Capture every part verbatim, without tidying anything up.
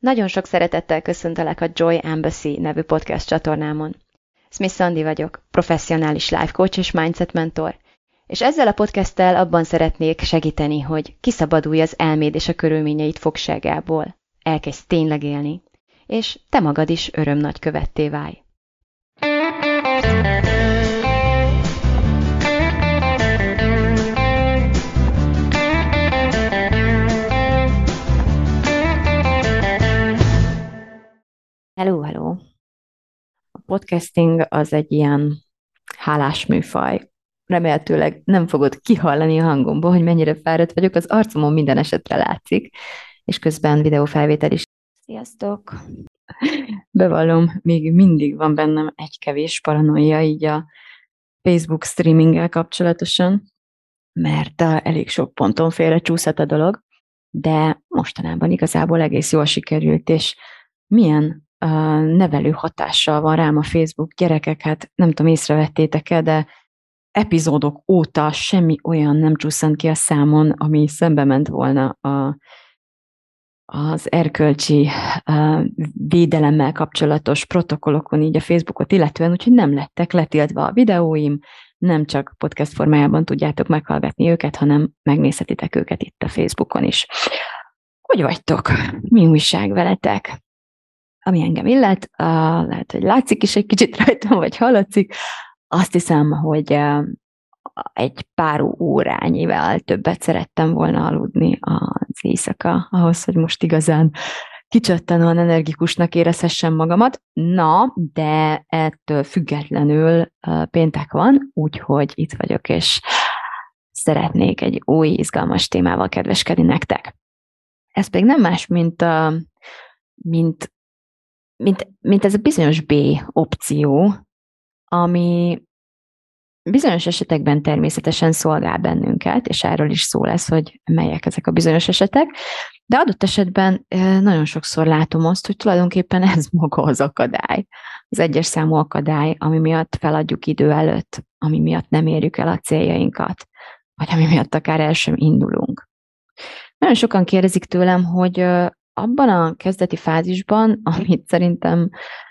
Nagyon sok szeretettel köszöntelek a Joy Embassy nevű podcast csatornámon. Smith Andi vagyok, professzionális life coach és mindset mentor, és ezzel a podcasttel abban szeretnék segíteni, hogy kiszabadulj az elméd és a körülményeid fogságából, elkezdj tényleg élni, és te magad is örömnagykövetté válj. Hello, hello! A podcasting az egy ilyen hálás műfaj. Remélhetőleg nem fogod kihallani a hangomból, hogy mennyire fáradt vagyok, az arcomon minden esetre látszik, és közben videófelvétel is. Sziasztok! Bevallom, még mindig van bennem egy kevés paranoia így a Facebook streaminggel kapcsolatosan, mert elég sok ponton félrecsúszott a dolog, de mostanában igazából egész jól sikerült, és milyen uh, nevelő hatással van rám a Facebook. Gyerekek, hát nem tudom, észrevettétek-e, de epizódok óta semmi olyan nem csúszant ki a számon, ami szembe ment volna a, az erkölcsi uh, védelemmel kapcsolatos protokollokon, így a Facebookot illetően, úgyhogy nem lettek letiltva a videóim, nem csak podcast formájában tudjátok meghallgatni őket, hanem megnézhetitek őket itt a Facebookon is. Hogy vagytok? Mi újság veletek? Ami engem illet, uh, lehet, hogy látszik is egy kicsit rajtam, vagy hallatszik, azt hiszem, hogy uh, egy pár órányivel többet szerettem volna aludni az éjszaka, ahhoz, hogy most igazán kicsattanóan energikusnak érezhessem magamat. Na, de ettől függetlenül uh, péntek van, úgyhogy itt vagyok, és szeretnék egy új, izgalmas témával kedveskedni nektek. Ez pedig nem más, mint, uh, mint Mint, mint ez a bizonyos B opció, ami bizonyos esetekben természetesen szolgál bennünket, és erről is szó lesz, hogy melyek ezek a bizonyos esetek, de adott esetben nagyon sokszor látom azt, hogy tulajdonképpen ez maga az akadály, az egyes számú akadály, ami miatt feladjuk idő előtt, ami miatt nem érjük el a céljainkat, vagy ami miatt akár el sem indulunk. Nagyon sokan kérdezik tőlem, hogy abban a kezdeti fázisban, amit szerintem,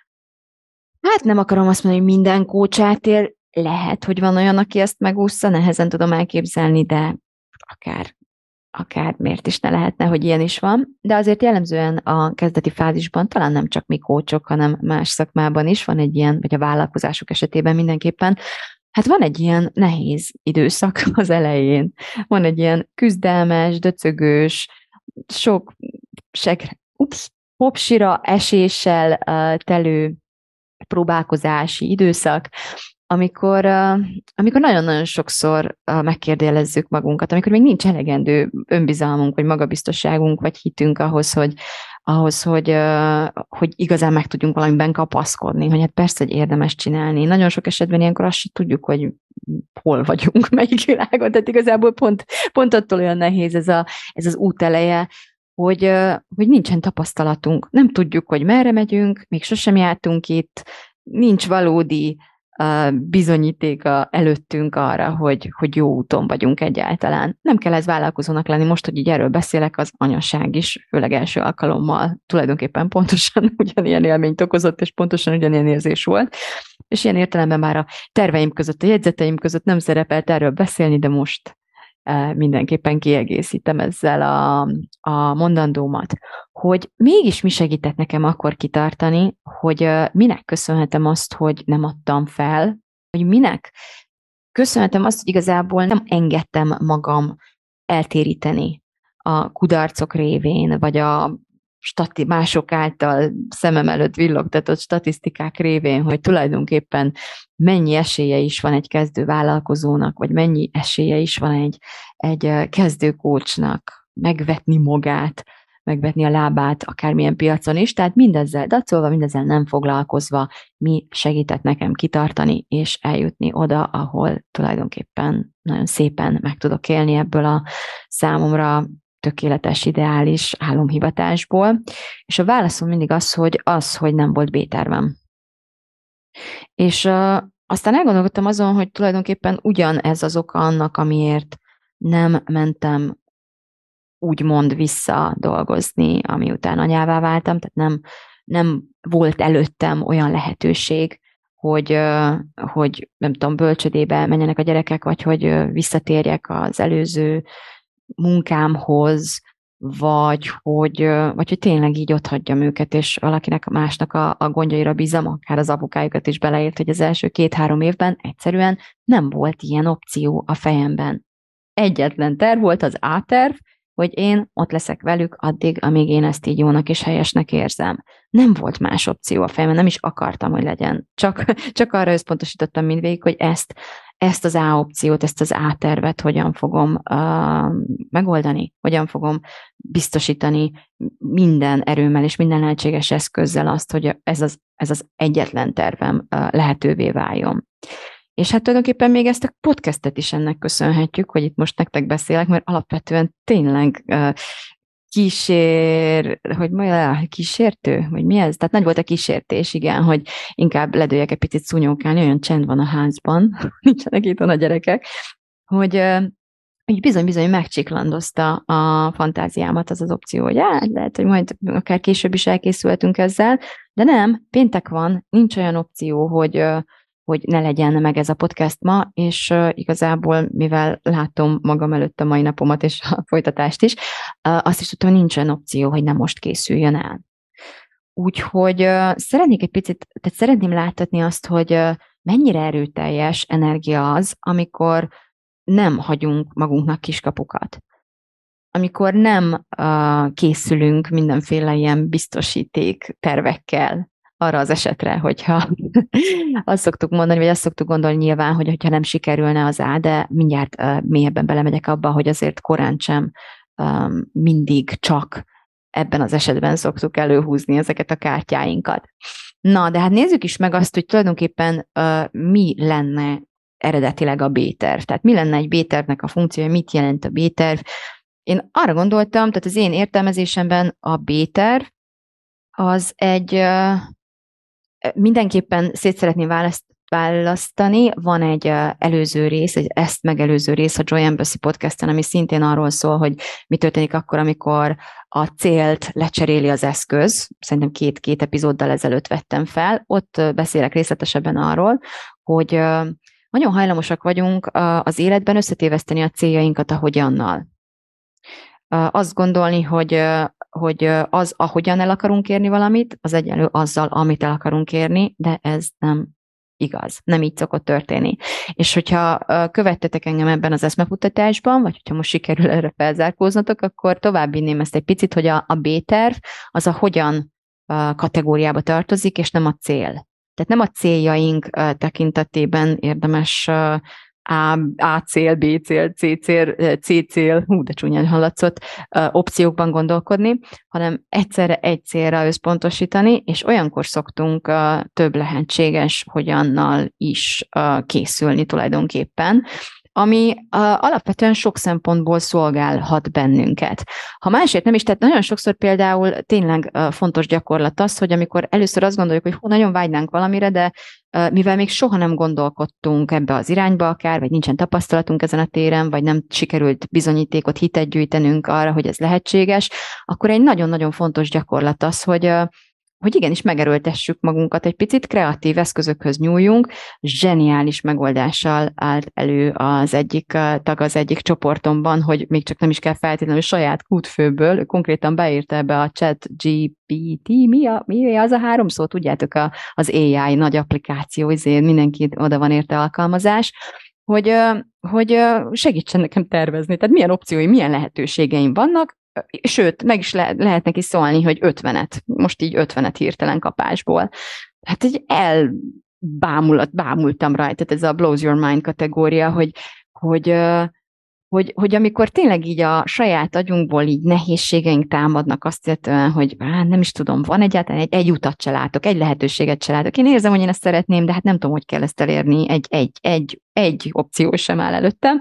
hát nem akarom azt mondani, hogy minden coach átél, lehet, hogy van olyan, aki ezt megúszza, nehezen tudom elképzelni, de akár, akár miért is ne lehetne, hogy ilyen is van. De azért jellemzően a kezdeti fázisban talán nem csak mi coachok, hanem más szakmában is van egy ilyen, vagy a vállalkozások esetében mindenképpen, hát van egy ilyen nehéz időszak az elején. Van egy ilyen küzdelmes, döcögős, sok segre, ups, popsira eséssel uh, telő próbálkozási időszak, amikor, uh, amikor nagyon-nagyon sokszor uh, megkérdőjelezzük magunkat, amikor még nincs elegendő önbizalmunk, vagy magabiztosságunk, vagy hitünk ahhoz, hogy, ahhoz, hogy, uh, hogy igazán meg tudjunk valamiben kapaszkodni, hogy hát persze, hogy érdemes csinálni. Nagyon sok esetben ilyenkor azt sem tudjuk, hogy hol vagyunk, melyik világon, tehát igazából pont, pont attól olyan nehéz ez, a, ez az út eleje, hogy, hogy nincsen tapasztalatunk, nem tudjuk, hogy merre megyünk, még sosem jártunk itt, nincs valódi uh, bizonyítéka előttünk arra, hogy, hogy jó úton vagyunk egyáltalán. Nem kell ez vállalkozónak lenni, most, hogy így erről beszélek, az anyaság is, főleg első alkalommal tulajdonképpen pontosan ugyanilyen élményt okozott, és pontosan ugyanilyen érzés volt, és ilyen értelemben már a terveim között, a jegyzeteim között nem szerepelt erről beszélni, de most mindenképpen kiegészítem ezzel a, a mondandómat, hogy mégis mi segített nekem akkor kitartani, hogy minek köszönhetem azt, hogy nem adtam fel, hogy minek köszönhetem azt, hogy igazából nem engedtem magam eltéríteni a kudarcok révén, vagy a stati- mások által szemem előtt villogtatott statisztikák révén, hogy tulajdonképpen mennyi esélye is van egy kezdő vállalkozónak, vagy mennyi esélye is van egy, egy kezdő coachnak megvetni magát, megvetni a lábát akármilyen piacon is, tehát mindezzel dacolva, mindezzel nem foglalkozva, mi segített nekem kitartani, és eljutni oda, ahol tulajdonképpen nagyon szépen meg tudok élni ebből a számomra tökéletes, ideális álomhivatásból. És a válaszom mindig az, hogy az, hogy nem volt B-tervem. És uh, aztán elgondolkodtam azon, hogy tulajdonképpen ugyanez az oka annak, amiért nem mentem úgymond visszadolgozni, ami után anyává váltam, tehát nem, nem volt előttem olyan lehetőség, hogy, hogy nem tudom, bölcsödébe menjenek a gyerekek, vagy hogy visszatérjek az előző munkámhoz, vagy hogy, vagy hogy tényleg így ott hagyjam őket, és valakinek másnak a, a gondjaira bízom, akár az apukájukat is beleért, hogy az első két-három évben egyszerűen nem volt ilyen opció a fejemben. Egyetlen terv volt az A-terv, hogy én ott leszek velük addig, amíg én ezt így jónak és helyesnek érzem. Nem volt más opció a fejemben, nem is akartam, hogy legyen. Csak, csak arra összpontosítottam mindvégig, hogy ezt, ezt az A opciót, ezt az A tervet hogyan fogom uh, megoldani, hogyan fogom biztosítani minden erőmmel és minden lehetséges eszközzel azt, hogy ez az, ez az egyetlen tervem uh, lehetővé váljon. És hát tulajdonképpen még ezt a podcastet is ennek köszönhetjük, hogy itt most nektek beszélek, mert alapvetően tényleg uh, kísér, hogy mondja, kísértő, vagy mi ez? Tehát nagy volt a kísértés, igen, hogy inkább ledőjek egy picit szúnyókálni, olyan csend van a házban, nincsenek itt a gyerekek, hogy uh, így bizony-bizony megcsiklandozta a fantáziámat az az opció, hogy hát lehet, hogy majd akár később is elkészülhetünk ezzel, de nem, péntek van, nincs olyan opció, hogy uh, hogy ne legyen meg ez a podcast ma, és uh, igazából, mivel látom magam előtt a mai napomat és a folytatást is, uh, azt is tudtam, hogy nincs olyan opció, hogy nem most készüljön el. Úgyhogy uh, szeretnék egy picit, tehát szeretném láttatni azt, hogy uh, mennyire erőteljes energia az, amikor nem hagyunk magunknak kiskapukat. Amikor nem uh, készülünk mindenféle ilyen biztosíték tervekkel, arra az esetre, hogyha azt szoktuk mondani, vagy azt szoktuk gondolni nyilván, hogy ha nem sikerülne az A, de mindjárt uh, mélyebben belemegyek abba, hogy azért korán sem um, mindig csak ebben az esetben szoktuk előhúzni ezeket a kártyáinkat. Na, de hát nézzük is meg azt, hogy tulajdonképpen uh, mi lenne eredetileg a B-terv. Tehát mi lenne egy B-tervnek a funkciója, mit jelent a B-terv? Én arra gondoltam, tehát az én értelmezésemben a B-terv az egy... Uh, Mindenképpen szét szeretném választ, választani. Van egy uh, előző rész, egy ezt megelőző rész a Joy Embassy podcasten, ami szintén arról szól, hogy mi történik akkor, amikor a célt lecseréli az eszköz. Szerintem két, két epizóddal ezelőtt vettem fel. Ott uh, beszélek részletesebben arról, hogy uh, nagyon hajlamosak vagyunk uh, az életben összetéveszteni a céljainkat a hogyannal. Uh, azt gondolni, hogy uh, hogy az, ahogyan el akarunk érni valamit, az egyenlő azzal, amit el akarunk érni, de ez nem igaz. Nem így szokott történni. És hogyha követtetek engem ebben az eszmefuttatásban, vagy hogyha most sikerül erre felzárkóznatok, akkor tovább vinném ezt egy picit, hogy a, a B-terv az a hogyan kategóriába tartozik, és nem a cél. Tehát nem a céljaink tekintetében érdemes A, A cél, B cél, C cél, C cél, hú, de csúnyán hallatszott, opciókban gondolkodni, hanem egyszerre egy célra összpontosítani, és olyankor szoktunk több lehetséges hogyannal is készülni tulajdonképpen, ami alapvetően sok szempontból szolgálhat bennünket. Ha másért nem is, tehát nagyon sokszor például tényleg fontos gyakorlat az, hogy amikor először azt gondoljuk, hogy hú, nagyon vágynánk valamire, de mivel még soha nem gondolkodtunk ebbe az irányba akár, vagy nincsen tapasztalatunk ezen a téren, vagy nem sikerült bizonyítékot, hitet gyűjtenünk arra, hogy ez lehetséges, akkor egy nagyon-nagyon fontos gyakorlat az, hogy hogy igenis megerőltessük magunkat, egy picit kreatív eszközökhöz nyúljunk, zseniális megoldással állt elő az egyik tag az egyik csoportomban, hogy még csak nem is kell feltétlenül saját kútfőből, konkrétan beírta ebbe a chat gé pé té, mi, a, mi az a három szó, tudjátok, a, az á i nagy applikáció, ezért mindenki oda van érte alkalmazás, hogy, hogy segítsen nekem tervezni, tehát milyen opciói, milyen lehetőségeim vannak, sőt, meg is le- lehet neki szólni, hogy ötvenet, most így ötvenet hirtelen kapásból. Hát egy elbámulat, bámultam rajta, tehát ez a blows your mind kategória, hogy, hogy, hogy, hogy amikor tényleg így a saját agyunkból így nehézségeink támadnak azt illetően, hogy á, nem is tudom, van egyáltalán egy, egy utat se látok, egy lehetőséget se látok. Én érzem, hogy én ezt szeretném, de hát nem tudom, hogy kell ezt elérni, egy, egy, egy, egy opció sem áll előttem.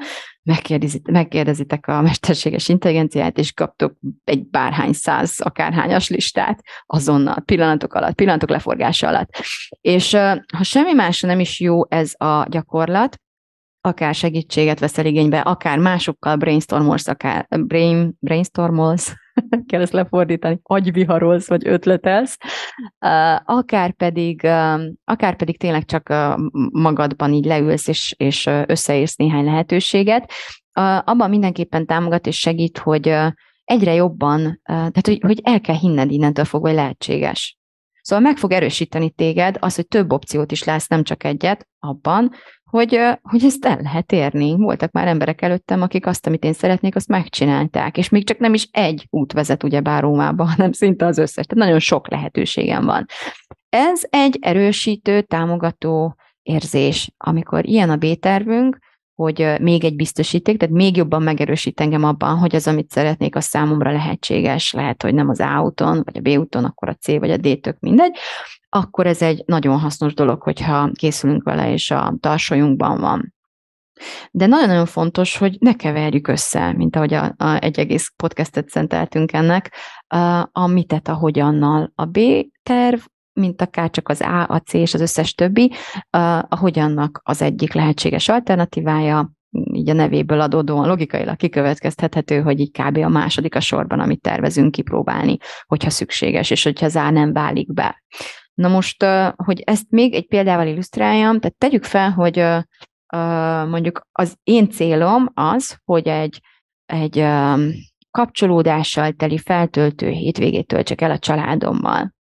Megkérdezitek a mesterséges intelligenciát, és kaptok egy bárhány száz, akárhányas listát azonnal, pillanatok alatt, pillanatok leforgása alatt. És ha semmi másra nem is jó ez a gyakorlat, akár segítséget veszel igénybe, akár másokkal brainstormolsz, akár brain, brainstormolsz, kell ezt lefordítani, agyviharolsz, vagy ötletelsz, akár pedig, akár pedig tényleg csak magadban így leülsz, és, és összeírsz néhány lehetőséget. Abban mindenképpen támogat és segít, hogy egyre jobban, tehát hogy, hogy el kell hinned innentől fogva, hogy lehetséges. Szóval meg fog erősíteni téged az, hogy több opciót is látsz, nem csak egyet, abban, hogy, hogy ezt el lehet érni. Voltak már emberek előttem, akik azt, amit én szeretnék, azt megcsinálták, és még csak nem is egy út vezet ugyebár Rómába, hanem szinte az összes. Tehát nagyon sok lehetőségem van. Ez egy erősítő, támogató érzés, amikor ilyen a B-tervünk, hogy még egy biztosíték, tehát még jobban megerősít engem abban, hogy az, amit szeretnék, az számomra lehetséges, lehet, hogy nem az A úton, vagy a B úton, akkor a C, vagy a D, tök mindegy, akkor ez egy nagyon hasznos dolog, hogyha készülünk vele, és a tarsolyunkban van. De nagyon-nagyon fontos, hogy ne keverjük össze, mint ahogy a, a egy egész podcastet szenteltünk ennek, a, a mitet a hogyannal. A B-terv, mint akár csak az A, a C és az összes többi, a hogyannak az egyik lehetséges alternatívája, így a nevéből adódóan logikailag kikövetkeztethető, hogy így kb. A második a sorban, amit tervezünk kipróbálni, hogyha szükséges, és hogyha az A nem válik be. Na most, hogy ezt még egy példával illusztráljam, tehát tegyük fel, hogy mondjuk az én célom az, hogy egy, egy kapcsolódással teli feltöltő hétvégét töltsek el a családommal.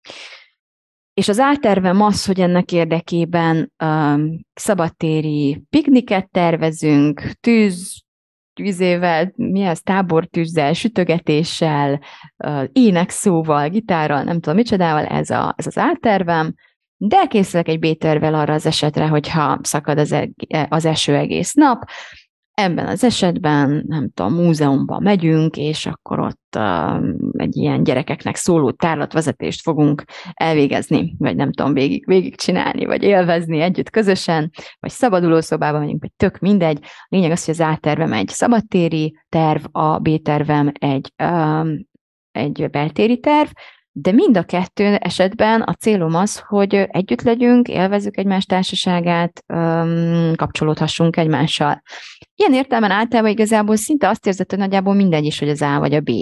És az áltervem az, hogy ennek érdekében um, szabadtéri pikniket tervezünk, tűz, tűzével, mi ez, tábortűzzel, sütögetéssel, uh, énekszóval, gitárral, nem tudom micsodával, ez, a, ez az áltervem, de készülök egy B-tervvel arra az esetre, hogyha szakad az, eg- az eső egész nap. Ebben az esetben, nem tudom, múzeumban megyünk, és akkor ott uh, egy ilyen gyerekeknek szóló tárlatvezetést fogunk elvégezni, vagy nem tudom, végig, végig csinálni, vagy élvezni együtt közösen, vagy szabadulószobába megyünk, vagy tök mindegy. A lényeg az, hogy az A tervem egy szabadtéri terv, a B tervem egy, um, egy beltéri terv, de mind a kettő esetben a célom az, hogy együtt legyünk, élvezzük egymás társaságát, kapcsolódhassunk egymással. Ilyen értelemben általában igazából szinte azt érzed, hogy nagyjából mindegy is, hogy az A vagy a B.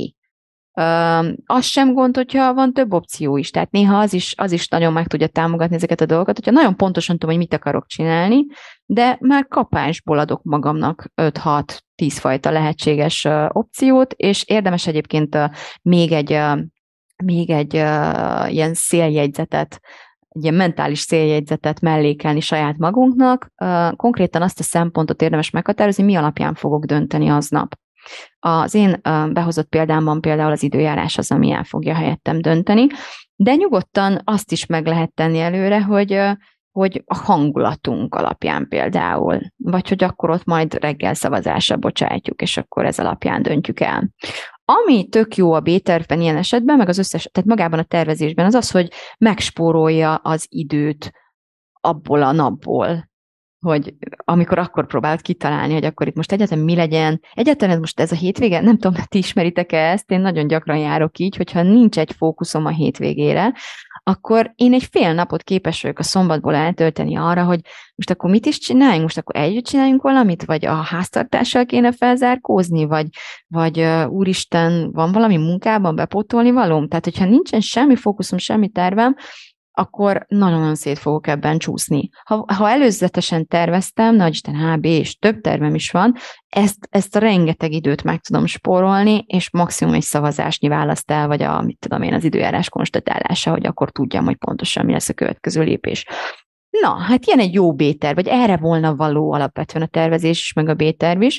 Az sem gond, hogyha van több opció is, tehát néha az is, az is nagyon meg tudja támogatni ezeket a dolgokat, hogyha nagyon pontosan tudom, hogy mit akarok csinálni, de már kapásból adok magamnak öt-hat-tíz fajta lehetséges opciót, és érdemes egyébként még egy még egy uh, ilyen széljegyzetet, egy ilyen mentális széljegyzetet mellékelni saját magunknak. Uh, konkrétan azt a szempontot érdemes meghatározni, mi alapján fogok dönteni aznap. Az én uh, behozott példámban például az időjárás az, ami el fogja helyettem dönteni, de nyugodtan azt is meg lehet tenni előre, hogy uh, hogy a hangulatunk alapján például, vagy hogy akkor ott majd reggel szavazásra bocsájtjuk, és akkor ez alapján döntjük el. Ami tök jó a B-tervben ilyen esetben, meg az összes, tehát magában a tervezésben, az az, hogy megspórolja az időt abból a napból, hogy amikor akkor próbálod kitalálni, hogy akkor itt most egyáltalán mi legyen. Egyáltalán most ez a hétvége, nem tudom, ti ismeritek-e ezt, én nagyon gyakran járok így, hogyha nincs egy fókuszom a hétvégére, akkor én egy fél napot képes vagyok a szombatból eltölteni arra, hogy most akkor mit is csináljunk, most akkor együtt csináljunk valamit, vagy a háztartással kéne felzárkózni, vagy, vagy uh, úristen, van valami munkában bepótolni valóm? Tehát, hogyha nincsen semmi fókuszom, semmi tervem, akkor nagyon-nagyon szét fogok ebben csúszni. Ha, ha előzetesen terveztem, nagy Isten H B és több tervem is van, ezt, ezt a rengeteg időt meg tudom spórolni, és maximum egy szavazásnyi választ el, vagy a, mit tudom én, az időjárás konstatálása, hogy akkor tudjam, hogy pontosan mi lesz a következő lépés. Na, hát ilyen egy jó B-terv, vagy erre volna való alapvetően a tervezés is, meg a B-terv is.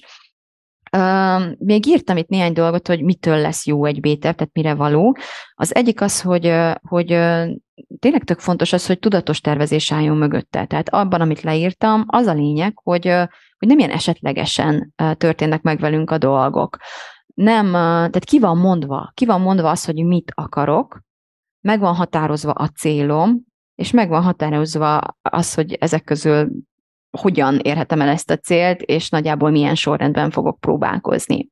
Uh, még írtam itt néhány dolgot, hogy mitől lesz jó egy B-terv, tehát mire való. Az egyik az, hogy, hogy tényleg tök fontos az, hogy tudatos tervezés álljon mögötte. Tehát abban, amit leírtam, az a lényeg, hogy, hogy nem ilyen esetlegesen történnek meg velünk a dolgok. Nem, tehát ki van mondva, ki van mondva az, hogy mit akarok, meg van határozva a célom, és meg van határozva az, hogy ezek közül hogyan érhetem el ezt a célt, és nagyjából milyen sorrendben fogok próbálkozni.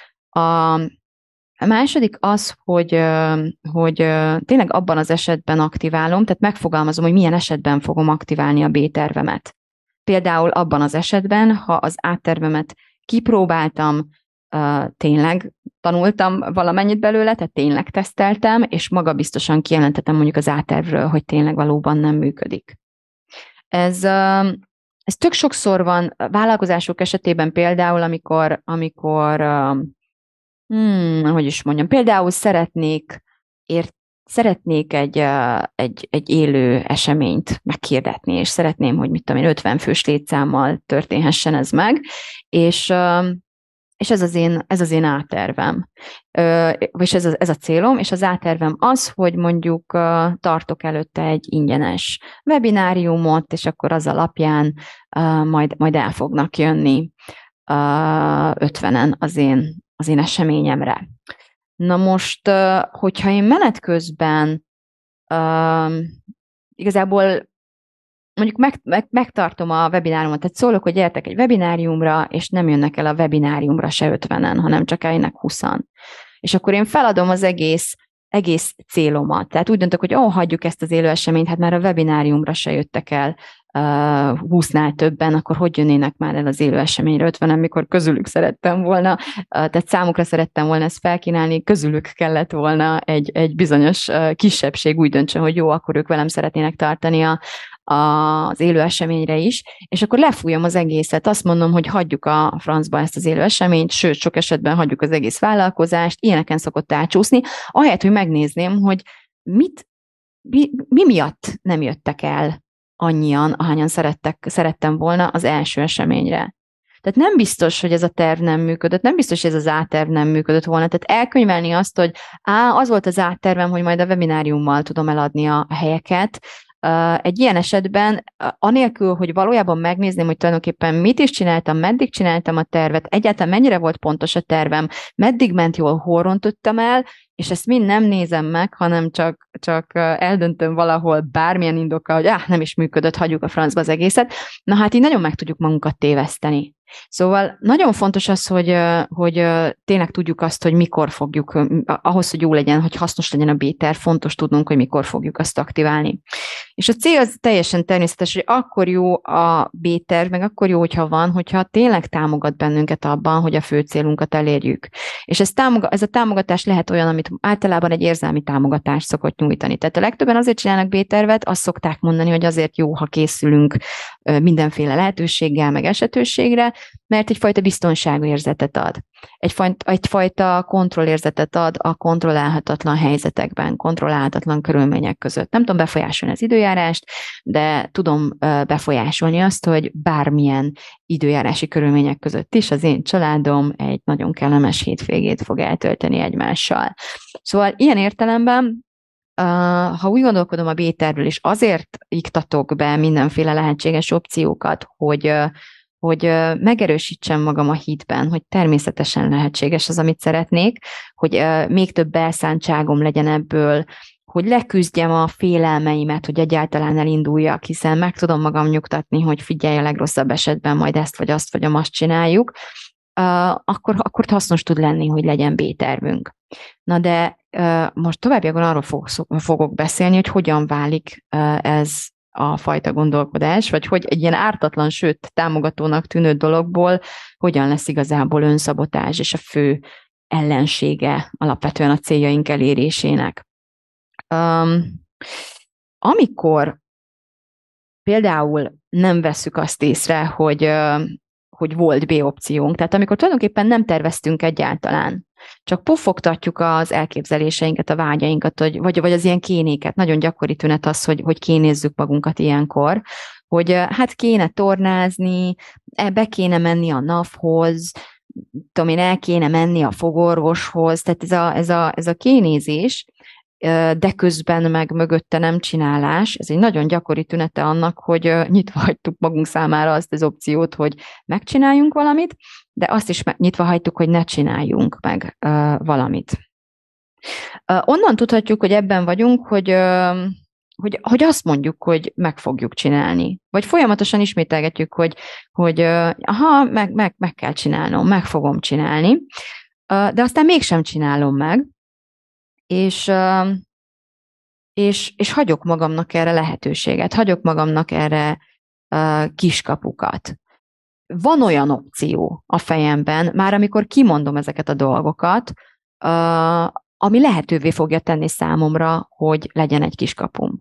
A második az, hogy, hogy tényleg abban az esetben aktiválom, tehát megfogalmazom, hogy milyen esetben fogom aktiválni a B-tervemet. például abban az esetben, ha az áttervemet kipróbáltam, tényleg tanultam valamennyit belőle, tehát tényleg teszteltem, és magabiztosan kijelentettem mondjuk az áttervről, hogy tényleg valóban nem működik. Ez, ez tök sokszor van vállalkozások esetében például, amikor, amikor hmm, hogy is mondjam, például szeretnék, ért, szeretnék egy, egy, egy élő eseményt meghirdetni, és szeretném, hogy mit tudom én, ötven fős létszámmal történhessen ez meg, és És ez az én, ez az én áttervem. És ez a, ez a célom, és az áttervem az, hogy mondjuk tartok előtte egy ingyenes webináriumot, és akkor az alapján majd, majd el fognak jönni ötvenen az én, az én eseményemre. Na most, hogyha én menet közben igazából mondjuk meg, meg, megtartom a webináriumot, tehát szólok, hogy gyertek egy webináriumra, és nem jönnek el a webináriumra se ötvenen, hanem csak eljönnek húszan. És akkor én feladom az egész, egész célomat. Tehát úgy döntök, hogy ó, hagyjuk ezt az élő eseményt, hát már a webináriumra se jöttek el uh, húsznál többen, akkor hogy jönnének már el az élő eseményre ötvenen, mikor közülük szerettem volna, uh, tehát számukra szerettem volna ezt felkínálni, közülük kellett volna egy, egy bizonyos uh, kisebbség úgy döntsön, hogy jó, akkor ők velem szeretnének tartani a, az élő eseményre is, és akkor lefújom az egészet, azt mondom, hogy hagyjuk a francba ezt az élő eseményt, sőt, sok esetben hagyjuk az egész vállalkozást, ilyeneken szokott elcsúszni, ahelyett, hogy megnézném, hogy mit, mi, mi miatt nem jöttek el annyian, ahányan szerettek, szerettem volna az első eseményre. Tehát nem biztos, hogy ez a terv nem működött, nem biztos, hogy ez az átterv nem működött volna. Tehát elkönyvelni azt, hogy á, az volt az áttervem, hogy majd a webináriummal tudom eladni a helyeket. Egy ilyen esetben, anélkül, hogy valójában megnézném, hogy tulajdonképpen mit is csináltam, meddig csináltam a tervet, egyáltalán mennyire volt pontos a tervem, meddig ment jól, hol rontottam el, és ezt mind nem nézem meg, hanem csak, csak eldöntöm valahol bármilyen indokkal, hogy áh, nem is működött, hagyjuk a francba az egészet. Na hát így nagyon meg tudjuk magunkat téveszteni. Szóval nagyon fontos az, hogy, hogy tényleg tudjuk azt, hogy mikor fogjuk, ahhoz, hogy jó legyen, hogy hasznos legyen a B-terv, fontos tudnunk, hogy mikor fogjuk azt aktiválni. És a cél az teljesen természetes, hogy akkor jó a B-terv, meg akkor jó, hogyha van, hogyha tényleg támogat bennünket abban, hogy a fő célunkat elérjük. És ez, támogat, ez a támogatás lehet olyan, amit általában egy érzelmi támogatást szokott nyújtani. Tehát a legtöbben azért csinálnak B-tervet, azt szokták mondani, hogy azért jó, ha készülünk mindenféle lehetőséggel, meg esetőségre, mert egyfajta biztonságérzetet ad. Egyfajta, egyfajta kontrollérzetet ad a kontrollálhatatlan helyzetekben, kontrollálhatatlan körülmények között. Nem tudom befolyásolni az időjárást, de tudom befolyásolni azt, hogy bármilyen időjárási körülmények között is az én családom egy nagyon kellemes hétvégét fog eltölteni egymással. Szóval ilyen értelemben, ha úgy gondolkodom a B-tervről, és azért iktatok be mindenféle lehetséges opciókat, hogy hogy megerősítsem magam a hitben, hogy természetesen lehetséges az, amit szeretnék, hogy még több elszántságom legyen ebből, hogy leküzdjem a félelmeimet, hogy egyáltalán elinduljak, hiszen meg tudom magam nyugtatni, hogy figyelj, a legrosszabb esetben majd ezt vagy azt vagy azt csináljuk, akkor, akkor hasznos tud lenni, hogy legyen B-tervünk. Na de most továbbiakban arról fogok beszélni, hogy hogyan válik ez a fajta gondolkodás, vagy hogy egy ilyen ártatlan, sőt támogatónak tűnő dologból hogyan lesz igazából önszabotázs és a fő ellensége alapvetően a céljaink elérésének. Um, amikor például nem vesszük azt észre, hogy, hogy volt B-opciónk, tehát amikor tulajdonképpen nem terveztünk egyáltalán, csak pufogtatjuk az elképzeléseinket, a vágyainkat, vagy, vagy az ilyen kénéket. Nagyon gyakori tünet az, hogy, hogy kénézzük magunkat ilyenkor, hogy hát kéne tornázni, be kéne menni a NAV-hoz, tudom én, el kéne menni a fogorvoshoz, tehát ez a, ez a, ez a kénézés, de közben meg mögötte nem csinálás, ez egy nagyon gyakori tünete annak, hogy nyitva hagytuk magunk számára azt az opciót, hogy megcsináljunk valamit, de azt is nyitva hagytuk, hogy ne csináljunk meg valamit. Onnan tudhatjuk, hogy ebben vagyunk, hogy, hogy, hogy azt mondjuk, hogy meg fogjuk csinálni. Vagy folyamatosan ismételgetjük, hogy, hogy aha, meg, meg, meg kell csinálnom, meg fogom csinálni, de aztán mégsem csinálom meg, És, és, és hagyok magamnak erre lehetőséget, hagyok magamnak erre kiskapukat. Van olyan opció a fejemben, már amikor kimondom ezeket a dolgokat, ami lehetővé fogja tenni számomra, hogy legyen egy kiskapum.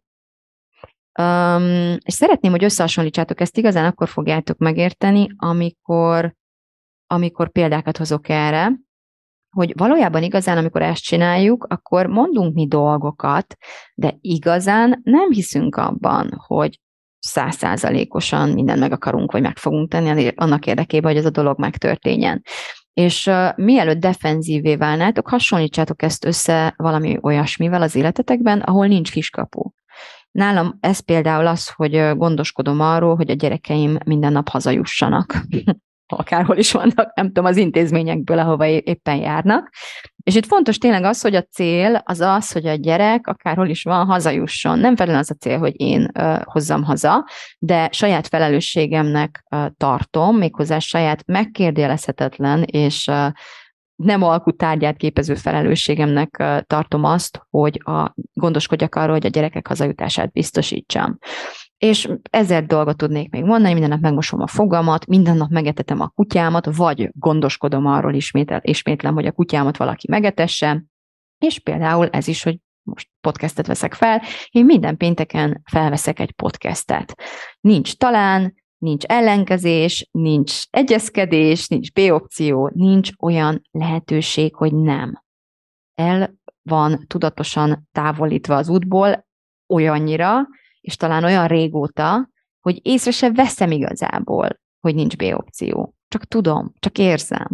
És szeretném, hogy összehasonlítsátok ezt, igazán akkor fogjátok megérteni, amikor, amikor példákat hozok erre, hogy valójában igazán, amikor ezt csináljuk, akkor mondunk mi dolgokat, de igazán nem hiszünk abban, hogy százszázalékosan mindent meg akarunk, vagy meg fogunk tenni annak érdekében, hogy ez a dolog megtörténjen. És uh, mielőtt defenzívé válnátok, hasonlítsátok ezt össze valami olyasmivel az életetekben, ahol nincs kiskapu. Nálam ez például az, hogy gondoskodom arról, hogy a gyerekeim minden nap hazajussanak. Akárhol is vannak, nem tudom, az intézményekből, ahova éppen járnak. És itt fontos tényleg az, hogy a cél az az, hogy a gyerek akárhol is van, hazajusson. Nem feltétlenül az a cél, hogy én uh, hozzam haza, de saját felelősségemnek uh, tartom, méghozzá saját megkérdőjelezhetetlen és uh, nem alkutárgyát képező felelősségemnek uh, tartom azt, hogy a, gondoskodjak arról, hogy a gyerekek hazajutását biztosítsam. És ezer dolgot tudnék még mondani, minden nap megmosom a fogamat, minden nap megetetem a kutyámat, vagy gondoskodom arról ismétel, ismétlem, hogy a kutyámat valaki megetesse, és például ez is, hogy most podcastet veszek fel, én minden pénteken felveszek egy podcastet. Nincs talán, nincs ellenkezés, nincs egyezkedés, nincs B-opció, nincs olyan lehetőség, hogy nem. El van tudatosan távolítva az útból olyannyira, és talán olyan régóta, hogy észre se veszem igazából, hogy nincs B-opció. Csak tudom, csak érzem.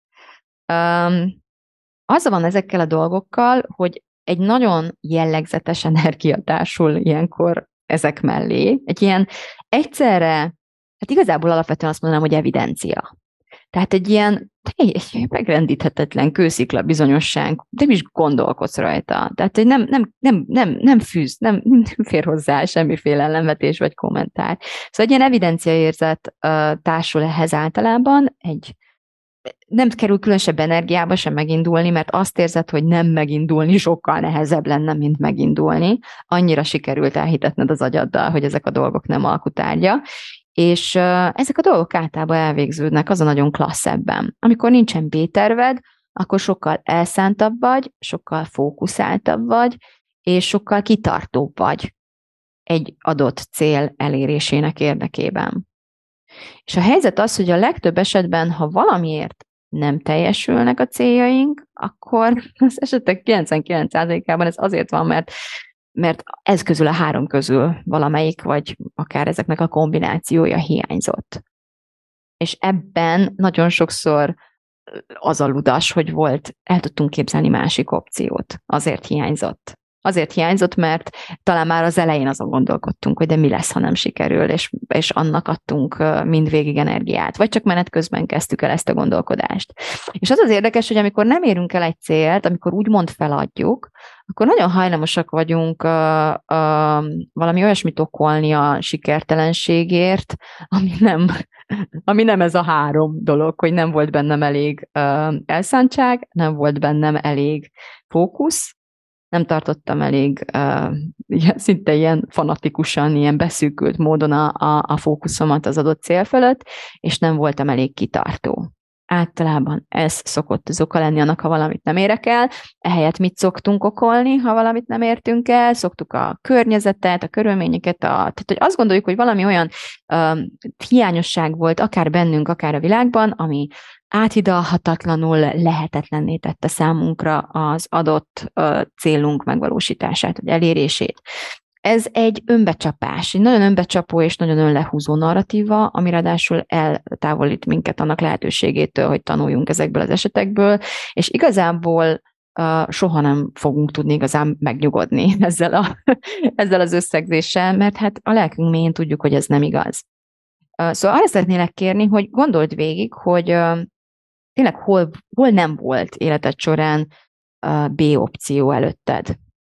Um, az van ezekkel a dolgokkal, hogy egy nagyon jellegzetes energia társul ilyenkor ezek mellé. Egy ilyen egyszerre, hát igazából alapvetően azt mondanám, hogy evidencia. Tehát egy ilyen egy megrendíthetetlen kőszikla bizonyosság, nem is gondolkodsz rajta. Tehát egy nem, nem, nem, nem, nem fűz, nem, nem fér hozzá semmiféle ellenvetés vagy kommentár. Szóval egy ilyen evidenciaérzet uh, társul ehhez általában, egy nem kerül különösebb energiába sem megindulni, mert azt érzed, hogy nem megindulni sokkal nehezebb lenne, mint megindulni. Annyira sikerült elhitetned az agyaddal, hogy ezek a dolgok nem alkutárgya. És uh, ezek a dolgok általában elvégződnek, az a nagyon klassz ebben. Amikor nincsen B-terved, akkor sokkal elszántabb vagy, sokkal fókuszáltabb vagy, és sokkal kitartóbb vagy egy adott cél elérésének érdekében. És a helyzet az, hogy a legtöbb esetben, ha valamiért nem teljesülnek a céljaink, akkor az esetek kilencvenkilenc százalékában ez azért van, mert mert ez közül a három közül valamelyik, vagy akár ezeknek a kombinációja hiányzott. És ebben nagyon sokszor az a ludas, hogy volt, el tudtunk képzelni másik opciót. Azért hiányzott. Azért hiányzott, mert talán már az elején azon gondolkodtunk, hogy de mi lesz, ha nem sikerül, és, és annak adtunk mindvégig energiát, vagy csak menet közben kezdtük el ezt a gondolkodást. És az az érdekes, hogy amikor nem érünk el egy célt, amikor úgymond feladjuk, akkor nagyon hajlamosak vagyunk uh, uh, valami olyasmit okolni a sikertelenségért, ami nem, ami nem ez a három dolog, hogy nem volt bennem elég uh, elszántság, nem volt bennem elég fókusz, nem tartottam elég uh, ilyen, szinte ilyen fanatikusan, ilyen beszűkült módon a, a, a fókuszomat az adott cél fölött, és nem voltam elég kitartó. Általában ez szokott az oka lenni annak, ha valamit nem érek el. Ehelyett mit szoktunk okolni, ha valamit nem értünk el? Szoktuk a környezetet, a körülményeket, a, tehát hogy azt gondoljuk, hogy valami olyan uh, hiányosság volt akár bennünk, akár a világban, ami áthidalhatatlanul lehetetlenné tette számunkra az adott uh, célunk megvalósítását, vagy elérését. Ez egy önbecsapás, egy nagyon önbecsapó és nagyon önlehúzó narratíva, ami ráadásul eltávolít minket annak lehetőségétől, hogy tanuljunk ezekből az esetekből, és igazából uh, soha nem fogunk tudni igazán megnyugodni ezzel, a, ezzel az összegzéssel, mert hát a lelkünk mélyén tudjuk, hogy ez nem igaz. Uh, szóval arra szeretnélek kérni, hogy gondold végig, hogy uh, tényleg hol, hol nem volt életed során uh, B-opció előtted.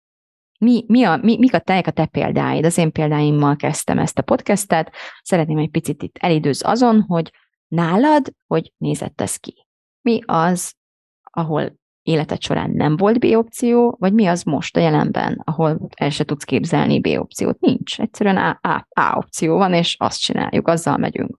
Mi, mi a, mi, mik a te, a te példáid? Az én példáimmal kezdtem ezt a podcastet. Szeretném egy picit itt elidőz azon, hogy nálad, hogy nézett ez ki? Mi az, ahol életed során nem volt B-opció, vagy mi az most a jelenben, ahol el se tudsz képzelni B-opciót? Nincs. Egyszerűen A, A, A opció van, és azt csináljuk, azzal megyünk.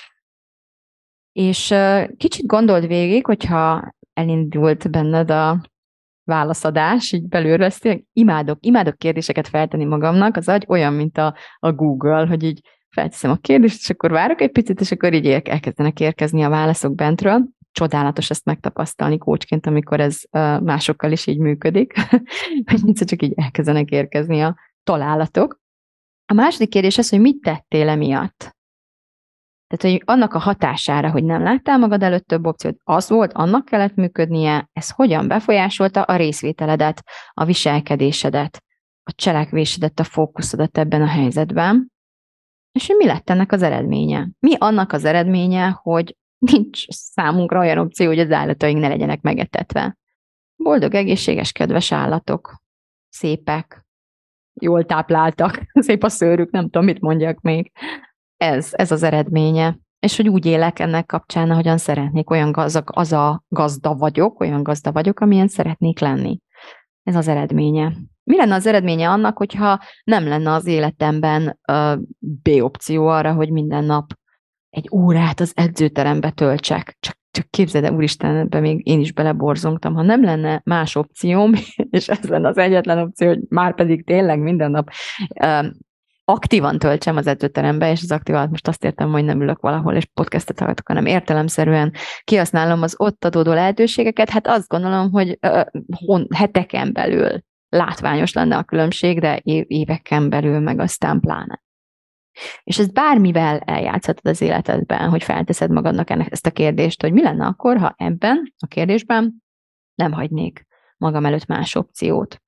És kicsit gondold végig, hogyha elindult benned a válaszadás, így belülről, ezt imádok, imádok kérdéseket feltenni magamnak, az agy olyan, mint a, a Google, hogy így felteszem a kérdést, és akkor várok egy picit, és akkor így elkezdenek érkezni a válaszok bentről. Csodálatos ezt megtapasztalni kócsként, amikor ez másokkal is így működik, hogy egyszer csak így elkezdenek érkezni a találatok. A második kérdés az, hogy mit tettél emiatt? Tehát, hogy annak a hatására, hogy nem láttál magad előtt több opciót, az volt, annak kellett működnie, ez hogyan befolyásolta a részvételedet, a viselkedésedet, a cselekvésedet, a fókuszodat ebben a helyzetben, és hogy mi lett ennek az eredménye? Mi annak az eredménye, hogy nincs számunkra olyan opció, hogy az állataink ne legyenek megetetve. Boldog, egészséges, kedves állatok, szépek, jól tápláltak, szép a szőrük, nem tudom, mit mondjak még. Ez, ez az eredménye. És hogy úgy élek ennek kapcsán, ahogyan szeretnék, olyan gazdag, az a gazda vagyok, olyan gazda vagyok, amilyen szeretnék lenni. Ez az eredménye. Mi lenne az eredménye annak, hogyha nem lenne az életemben uh, B-opció arra, hogy minden nap egy órát az edzőterembe töltsek. Csak, csak képzeld el, úristen, ebben még én is beleborzongtam, ha nem lenne más opcióm, és ez lenne az egyetlen opció, hogy már pedig tényleg minden nap uh, aktívan töltsem az edzőterembe, és az aktívan most azt értem, hogy nem ülök valahol, és podcastet hallgatok, hanem értelemszerűen kihasználom az ott adódó lehetőségeket. Hát azt gondolom, hogy uh, hon, heteken belül látványos lenne a különbség, de éveken belül meg aztán pláne. És ezt bármivel eljátszhatod az életedben, hogy felteszed magadnak ennek ezt a kérdést, hogy mi lenne akkor, ha ebben a kérdésben nem hagynék magam előtt más opciót.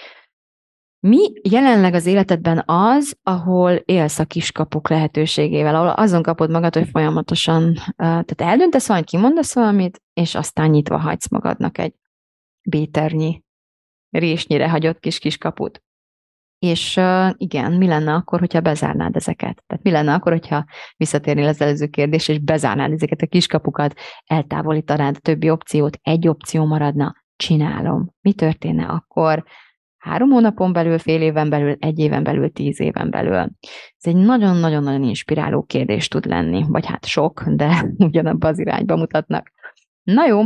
Mi jelenleg az életedben az, ahol élsz a kiskapuk lehetőségével, ahol azon kapod magad, hogy folyamatosan, tehát eldöntesz valamit, kimondasz valamit, és aztán nyitva hagysz magadnak egy béternyi, résnyire hagyott kis kiskaput. És uh, igen, mi lenne akkor, hogyha bezárnád ezeket? Tehát mi lenne akkor, hogyha visszatérnél az előző kérdés, és bezárnád ezeket a kiskapukat, eltávolítanád a többi opciót, egy opció maradna, csinálom. Mi történne akkor három hónapon belül, fél éven belül, egy éven belül, tíz éven belül? Ez egy nagyon-nagyon-nagyon inspiráló kérdés tud lenni, vagy hát sok, de ugyanabba az irányba mutatnak. Na jó,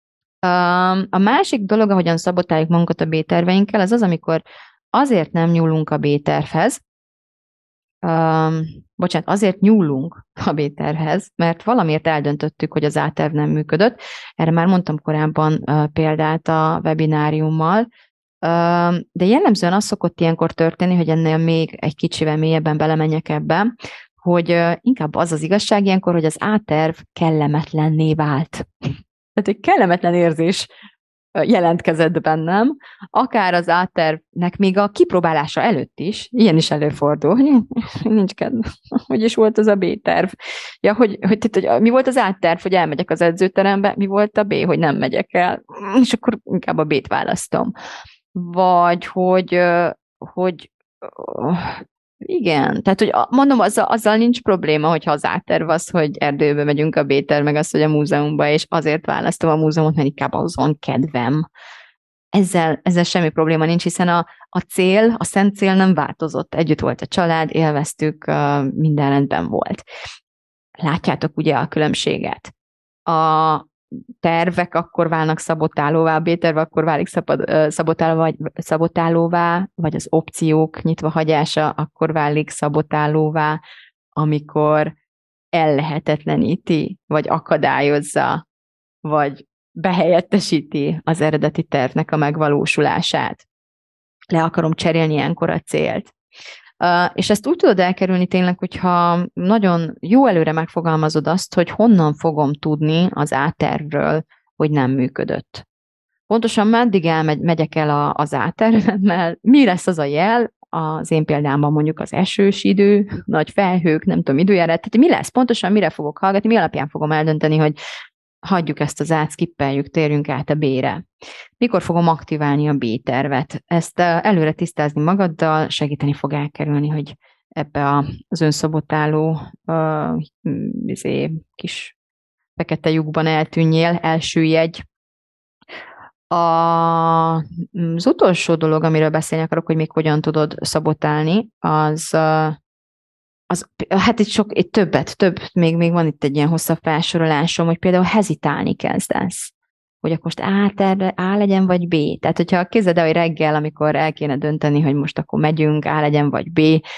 a másik dolog, ahogyan szabotáljuk magunkat a B-terveinkkel, az az, amikor azért nem nyúlunk a B-tervhez, um, bocsánat, azért nyúlunk a B-tervhez, mert valamiért eldöntöttük, hogy az A-terv nem működött. Erre már mondtam korábban uh, példát a webináriummal, uh, de jellemzően az szokott ilyenkor történni, hogy ennél még egy kicsivel mélyebben belemenjek ebbe, hogy uh, inkább az az igazság ilyenkor, hogy az A-terv kellemetlenné vált. Tehát egy kellemetlen érzés jelentkezett bennem, akár az A-tervnek még a kipróbálása előtt is, ilyen is előfordul, hogy nincs kedv, hogy is volt az a B-terv. Ja, hogy, hogy, hogy mi volt az A-terv, hogy elmegyek az edzőterembe, mi volt a B, hogy nem megyek el, és akkor inkább a B-t választom. Vagy, hogy, hogy igen, tehát, hogy mondom, azzal, azzal nincs probléma, hogyha az A-terv az, hogy erdőbe megyünk, a B-terv meg az, hogy a múzeumba, és azért választom a múzeumot, mert inkább azon kedvem. Ezzel, ezzel semmi probléma nincs, hiszen a, a cél, a szent cél nem változott. Együtt volt a család, élveztük, minden rendben volt. Látjátok ugye a különbséget? A tervek akkor válnak szabotálóvá, a B-terv akkor válik szabad, szabotálóvá, vagy, szabotálóvá, vagy az opciók nyitva hagyása akkor válik szabotálóvá, amikor ellehetetleníti, vagy akadályozza, vagy behelyettesíti az eredeti tervnek a megvalósulását. Le akarom cserélni ilyenkor a célt. Uh, és ezt úgy tudod elkerülni tényleg, hogyha nagyon jó előre megfogalmazod azt, hogy honnan fogom tudni az A-tervről, hogy nem működött. Pontosan meddig elmegy, megyek el a, az A-tervemmel, mi lesz az a jel, az én példámban mondjuk az esős idő, nagy felhők, nem tudom, időjárás, tehát mi lesz, pontosan mire fogok hallgatni, mi alapján fogom eldönteni, hogy hagyjuk ezt az át, skippeljük, térjünk át a B-re. Mikor fogom aktiválni a B-tervet? Ezt előre tisztázni magaddal, segíteni fog elkerülni, hogy ebbe az önszabotáló uh, izé, kis fekete lyukban eltűnjél, elsüllyedj. A, az utolsó dolog, amiről beszélni akarok, hogy még hogyan tudod szabotálni, az, az hát itt sok, itt többet, több, még, még van itt egy ilyen hosszabb felsorolásom, hogy például hezitálni kezdesz. Hogy akkor most A, terve, A legyen, vagy B. Tehát, hogyha képzeld el, hogy reggel, amikor el kéne dönteni, hogy most akkor megyünk, A legyen, vagy B,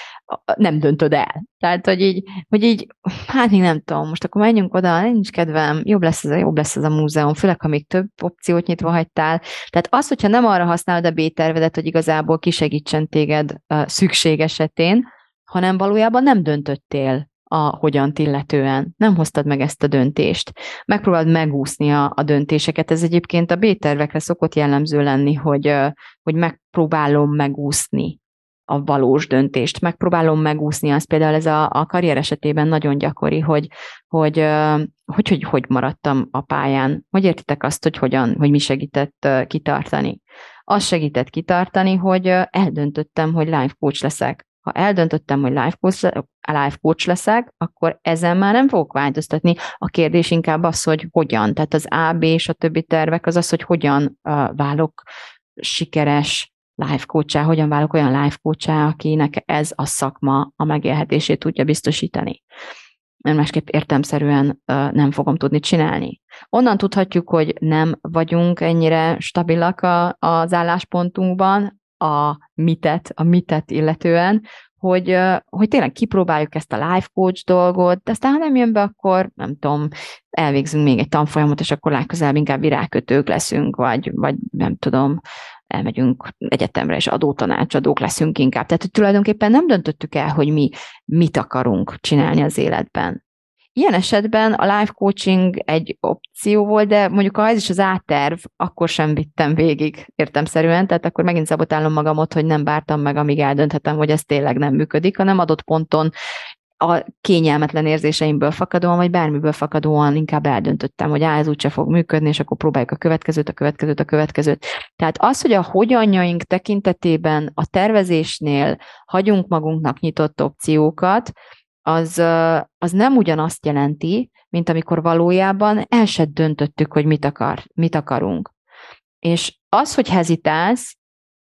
nem döntöd el. Tehát, hogy így, hogy így, hát még nem tudom, most akkor menjünk oda, nincs kedvem, jobb lesz ez a, jobb lesz ez a múzeum, főleg, ha még több opciót nyitva hagytál. Tehát az, hogyha nem arra használod a B-tervedet, hogy igazából kisegítsen téged uh, szükség esetén, hanem valójában nem döntöttél a hogyant illetően. Nem hoztad meg ezt a döntést. Megpróbáld megúszni a, a döntéseket. Ez egyébként a B-tervekre szokott jellemző lenni, hogy, hogy megpróbálom megúszni a valós döntést. Megpróbálom megúszni, az például ez a, a karrier esetében nagyon gyakori, hogy hogy, hogy, hogy hogy maradtam a pályán. Hogy értitek azt, hogy hogyan, hogy mi segített kitartani? Az segített kitartani, hogy eldöntöttem, hogy life coach leszek. Ha eldöntöttem, hogy life coach, life coach leszek, akkor ezen már nem fogok változtatni. A kérdés inkább az, hogy hogyan. Tehát az A, B és a többi tervek az az, hogy hogyan uh, válok sikeres life coach-á, hogyan válok olyan life coach-á, akinek ez a szakma a megélhetését tudja biztosítani. Mert másképp értelemszerűen uh, nem fogom tudni csinálni. Onnan tudhatjuk, hogy nem vagyunk ennyire stabilak a, az álláspontunkban, a mitet, a mitet illetően, hogy, hogy tényleg kipróbáljuk ezt a life coach dolgot, de aztán ha nem jön be, akkor nem tudom, elvégzünk még egy tanfolyamot, és akkor legközelebb inkább virágkötők leszünk, vagy, vagy nem tudom, elmegyünk egyetemre, és adótanácsadók leszünk inkább. Tehát, hogy tulajdonképpen nem döntöttük el, hogy mi mit akarunk csinálni az életben. Ilyen esetben a life coaching egy opció volt, de mondjuk ha ez is az A-terv, akkor sem vittem végig értelemszerűen, tehát akkor megint szabotálom magamot, hogy nem vártam meg, amíg eldönthetem, hogy ez tényleg nem működik, hanem adott ponton a kényelmetlen érzéseimből fakadóan, vagy bármiből fakadóan inkább eldöntöttem, hogy á, ez úgyse fog működni, és akkor próbáljuk a következőt, a következőt, a következőt. Tehát az, hogy a hogyanjaink tekintetében a tervezésnél hagyunk magunknak nyitott opciókat, az, az nem ugyanazt jelenti, mint amikor valójában el se döntöttük, hogy mit, akar, mit akarunk. És az, hogy hezitálsz,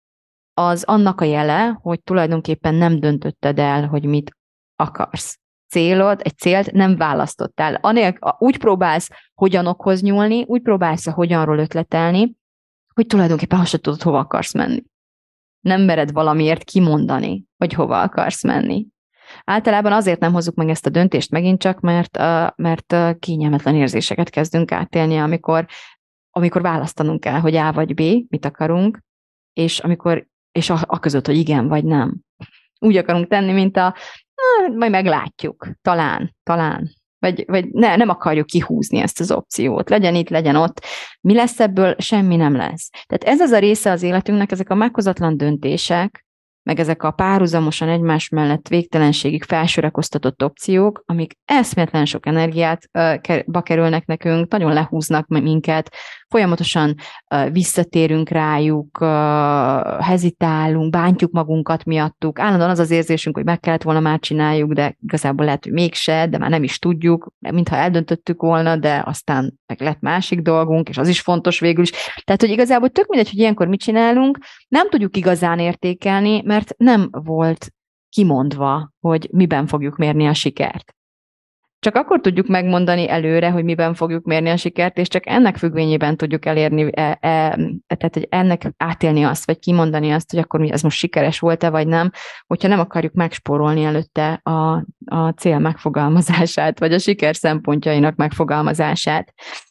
az annak a jele, hogy tulajdonképpen nem döntötted el, hogy mit akarsz. Célod, egy célt nem választottál. Anélkül, úgy próbálsz hogyanokhoz nyúlni, úgy próbálsz a hogyanról ötletelni, hogy tulajdonképpen azt se tudod, hova akarsz menni. Nem mered valamiért kimondani, hogy hova akarsz menni. Általában azért nem hozzuk meg ezt a döntést megint csak, mert, mert kényelmetlen érzéseket kezdünk átélni, amikor, amikor választanunk kell, hogy A vagy B, mit akarunk, és, amikor, és a, a között, hogy igen vagy nem. Úgy akarunk tenni, mint a na, majd meglátjuk, talán, talán. Vagy, vagy ne, nem akarjuk kihúzni ezt az opciót. Legyen itt, legyen ott. Mi lesz ebből? Semmi nem lesz. Tehát ez az a része az életünknek, ezek a meghozatlan döntések, meg ezek a párhuzamosan egymás mellett végtelenségig felsorakoztatott opciók, amik eszméletlen sok energiát uh, kerülnek nekünk, nagyon lehúznak minket, folyamatosan uh, visszatérünk rájuk, uh, hezitálunk, bántjuk magunkat miattuk, állandóan az az érzésünk, hogy meg kellett volna már csináljuk, de igazából lehet, hogy mégse, de már nem is tudjuk, mintha eldöntöttük volna, de aztán meg lett másik dolgunk, és az is fontos végül is. Tehát, hogy igazából tök mindegy, hogy ilyenkor mit csinálunk, nem tudjuk igazán értékelni, mert nem volt kimondva, hogy miben fogjuk mérni a sikert. Csak akkor tudjuk megmondani előre, hogy miben fogjuk mérni a sikert, és csak ennek függvényében tudjuk elérni, e, e, tehát hogy ennek átélni azt, vagy kimondani azt, hogy akkor ez most sikeres volt-e, vagy nem, hogyha nem akarjuk megspórolni előtte a, a cél megfogalmazását, vagy a siker szempontjainak megfogalmazását.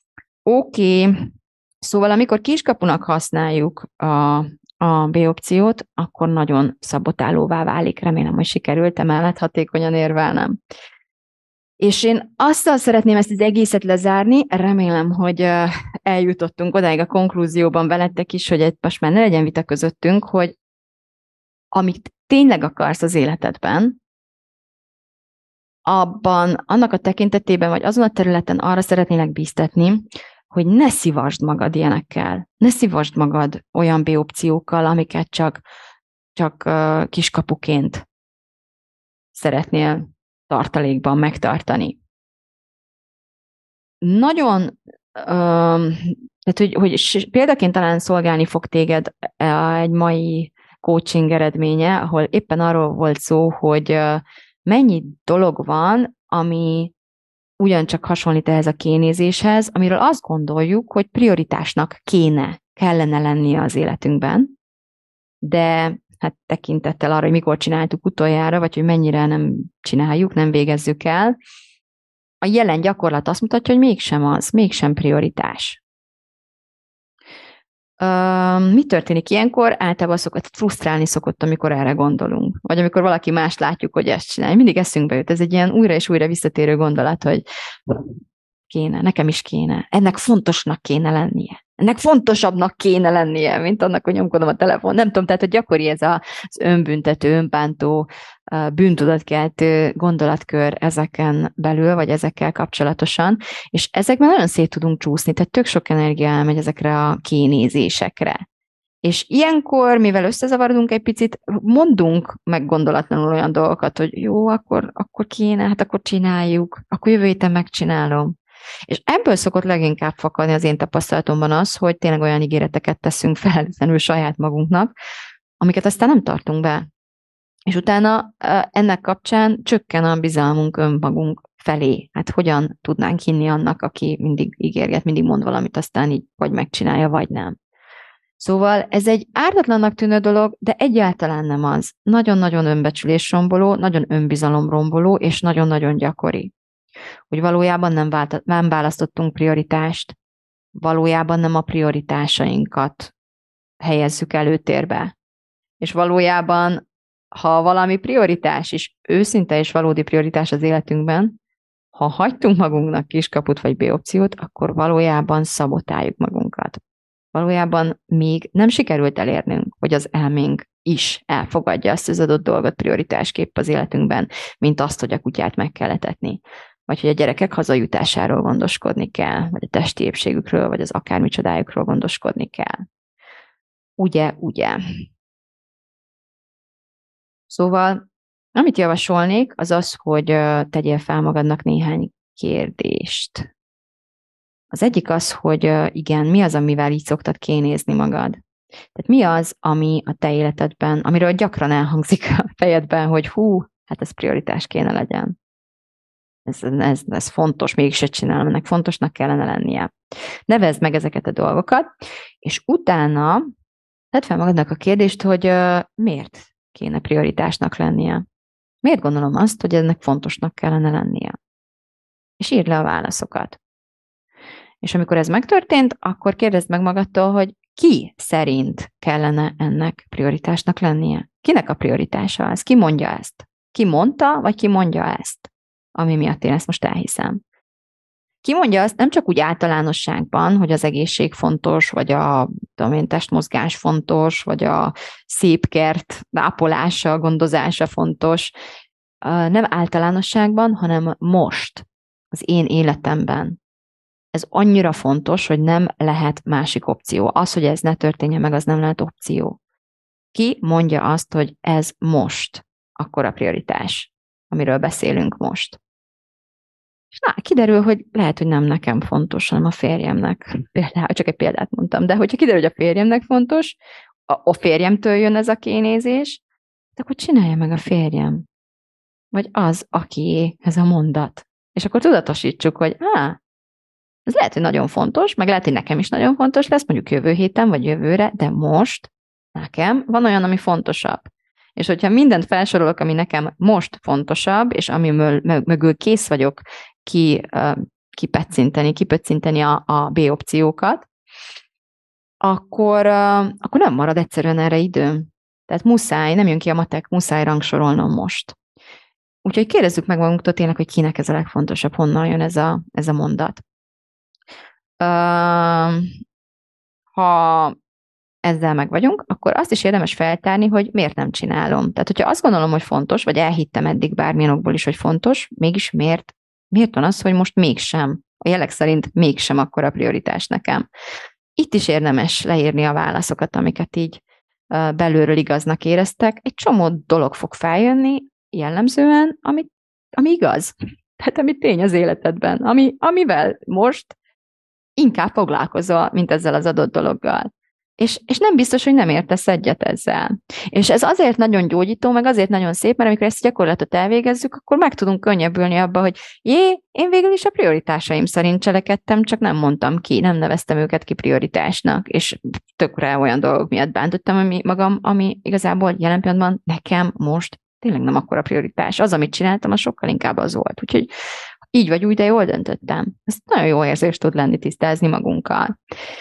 Oké, okay. Szóval amikor kiskapunak használjuk a, a B opciót, akkor nagyon szabotálóvá válik. Remélem, hogy sikerült emellett hatékonyan érvelnem. És én azt szeretném ezt az egészet lezárni, remélem, hogy eljutottunk odáig a konklúzióban veletek is, hogy most már ne legyen vita közöttünk, hogy amit tényleg akarsz az életedben, abban, annak a tekintetében, vagy azon a területen arra szeretnélek bíztatni, hogy ne szívasd magad ilyenekkel, ne szívasd magad olyan B opciókkal, amiket csak, csak uh, kiskapuként szeretnél tartalékban megtartani. Nagyon uh, Tehát, hogy, hogy példaként talán szolgálni fog téged egy mai coaching eredménye, ahol éppen arról volt szó, hogy mennyi dolog van, ami ugyancsak hasonlít ehhez a kénézéshez, amiről azt gondoljuk, hogy prioritásnak kéne, kellene lennie az életünkben, de hát tekintettel arra, hogy mikor csináltuk utoljára, vagy hogy mennyire nem csináljuk, nem végezzük el, a jelen gyakorlat azt mutatja, hogy mégsem az, mégsem prioritás. Uh, mi történik ilyenkor? Általában szokott frusztrálni szokott, amikor erre gondolunk. Vagy amikor valaki más látjuk, hogy ezt csinálja. Mindig eszünkbe jut. Ez egy ilyen újra és újra visszatérő gondolat, hogy kéne, nekem is kéne. Ennek fontosnak kéne lennie. Ennek fontosabbnak kéne lennie, mint annak, hogy nyomkodom a telefon. Nem tudom, tehát, hogy gyakori ez az önbüntető, önbántó, bűntudatkeltő gondolatkör ezeken belül, vagy ezekkel kapcsolatosan, és ezekben nagyon szét tudunk csúszni, tehát tök sok energia elmegy ezekre a kénézésekre. És ilyenkor, mivel összezavarodunk egy picit, mondunk meg gondolatlanul olyan dolgokat, hogy jó, akkor, akkor kéne, hát akkor csináljuk, akkor jövő héten megcsinálom. És ebből szokott leginkább fakadni az én tapasztalatomban az, hogy tényleg olyan ígéreteket teszünk feltétlenül saját magunknak, amiket aztán nem tartunk be. És utána ennek kapcsán csökken a bizalmunk önmagunk felé. Hát hogyan tudnánk hinni annak, aki mindig ígérget, mindig mond valamit, aztán így vagy megcsinálja, vagy nem. Szóval ez egy ártatlannak tűnő dolog, de egyáltalán nem az. Nagyon-nagyon önbecsülésromboló, nagyon önbizalomromboló, és nagyon-nagyon gyakori. Hogy valójában nem, vált, nem választottunk prioritást, valójában nem a prioritásainkat helyezzük előtérbe. És valójában, ha valami prioritás is, őszinte és valódi prioritás az életünkben, ha hagytunk magunknak kiskaput vagy B-opciót, akkor valójában szabotáljuk magunkat. Valójában még nem sikerült elérnünk, hogy az elménk is elfogadja azt az adott dolgot prioritásképp az életünkben, mint azt, hogy a kutyát meg kell etetni, vagy hogy a gyerekek hazajutásáról gondoskodni kell, vagy a testi épségükről, vagy az akármicsodájukról gondoskodni kell. Ugye, ugye. Szóval, amit javasolnék, az az, hogy tegyél fel magadnak néhány kérdést. Az egyik az, hogy igen, mi az, amivel így szoktad kénézni magad? Tehát mi az, ami a te életedben, amiről gyakran elhangzik a fejedben, hogy hú, hát ez prioritás kéne legyen. Ez, ez, ez fontos, mégis se csinálom, ennek fontosnak kellene lennie. Nevezd meg ezeket a dolgokat, és utána tedd fel magadnak a kérdést, hogy uh, miért kéne prioritásnak lennie. Miért gondolom azt, hogy ennek fontosnak kellene lennie? És írd le a válaszokat. És amikor ez megtörtént, akkor kérdezd meg magadtól, hogy ki szerint kellene ennek prioritásnak lennie? Kinek a prioritása az? Ki mondja ezt? Ki mondta, vagy ki mondja ezt? Ami miatt én ezt most elhiszem. Ki mondja azt nem csak úgy általánosságban, hogy az egészség fontos, vagy a tudom én, testmozgás fontos, vagy a szép kert ápolása, gondozása fontos, nem általánosságban, hanem most, az én életemben. Ez annyira fontos, hogy nem lehet másik opció. Az, hogy ez ne történjen meg, az nem lehet opció. Ki mondja azt, hogy ez most akkor a prioritás, amiről beszélünk most? És na, kiderül, hogy lehet, hogy nem nekem fontos, hanem a férjemnek. Például, csak egy példát mondtam, de hogyha kiderül, hogy a férjemnek fontos, a, a férjemtől jön ez a kénézés, akkor csinálja meg a férjem. Vagy az, aki ez a mondat. És akkor tudatosítsuk, hogy á, ez lehet, hogy nagyon fontos, meg lehet, hogy nekem is nagyon fontos lesz, mondjuk jövő héten, vagy jövőre, de most nekem van olyan, ami fontosabb. És hogyha mindent felsorolok, ami nekem most fontosabb, és ami mögül kész vagyok ki, kipecinteni, kipecinteni a, a B opciókat, akkor, akkor nem marad egyszerűen erre időm. Tehát muszáj, nem jön ki a matek, muszáj rangsorolnom most. Úgyhogy kérdezzük meg magunktól tényleg, hogy kinek ez a legfontosabb, honnan jön ez a, ez a mondat. Uh, ha ezzel meg vagyunk, akkor azt is érdemes feltárni, hogy miért nem csinálom. Tehát, hogyha azt gondolom, hogy fontos, vagy elhittem eddig bármilyen okból is, hogy fontos, mégis miért, miért van az, hogy most mégsem, a jelek szerint mégsem akkor a prioritás nekem. Itt is érdemes leírni a válaszokat, amiket így uh, belülről igaznak éreztek. Egy csomó dolog fog feljönni jellemzően, ami, ami igaz. Tehát ami tény az életedben, ami, amivel most inkább foglalkozol, mint ezzel az adott dologgal. És, és nem biztos, hogy nem értesz egyet ezzel. És ez azért nagyon gyógyító, meg azért nagyon szép, mert amikor ezt a gyakorlatot elvégezzük, akkor meg tudunk könnyebbülni abba, hogy jé, én végül is a prioritásaim szerint cselekedtem, csak nem mondtam ki, nem neveztem őket ki prioritásnak, és tökre olyan dolgok miatt bántottam ami magam, ami igazából jelen pillanatban nekem most tényleg nem akkora prioritás. Az, amit csináltam, az sokkal inkább az volt. Úgyhogy így vagy úgy, de jól döntöttem. Ez nagyon jó érzés tud lenni tisztázni magunkkal.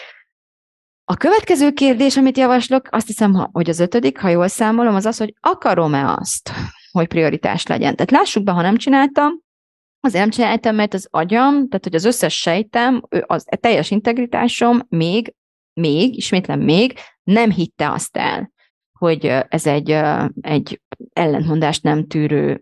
A következő kérdés, amit javaslok, azt hiszem, hogy az ötödik, ha jól számolom, az az, hogy akarom-e azt, hogy prioritás legyen. Tehát lássuk be, ha nem csináltam, azért nem csináltam, mert az agyam, tehát hogy az összes sejtem, az a teljes integritásom még, még, ismétlem még, nem hitte azt el, hogy ez egy, egy ellentmondást nem tűrő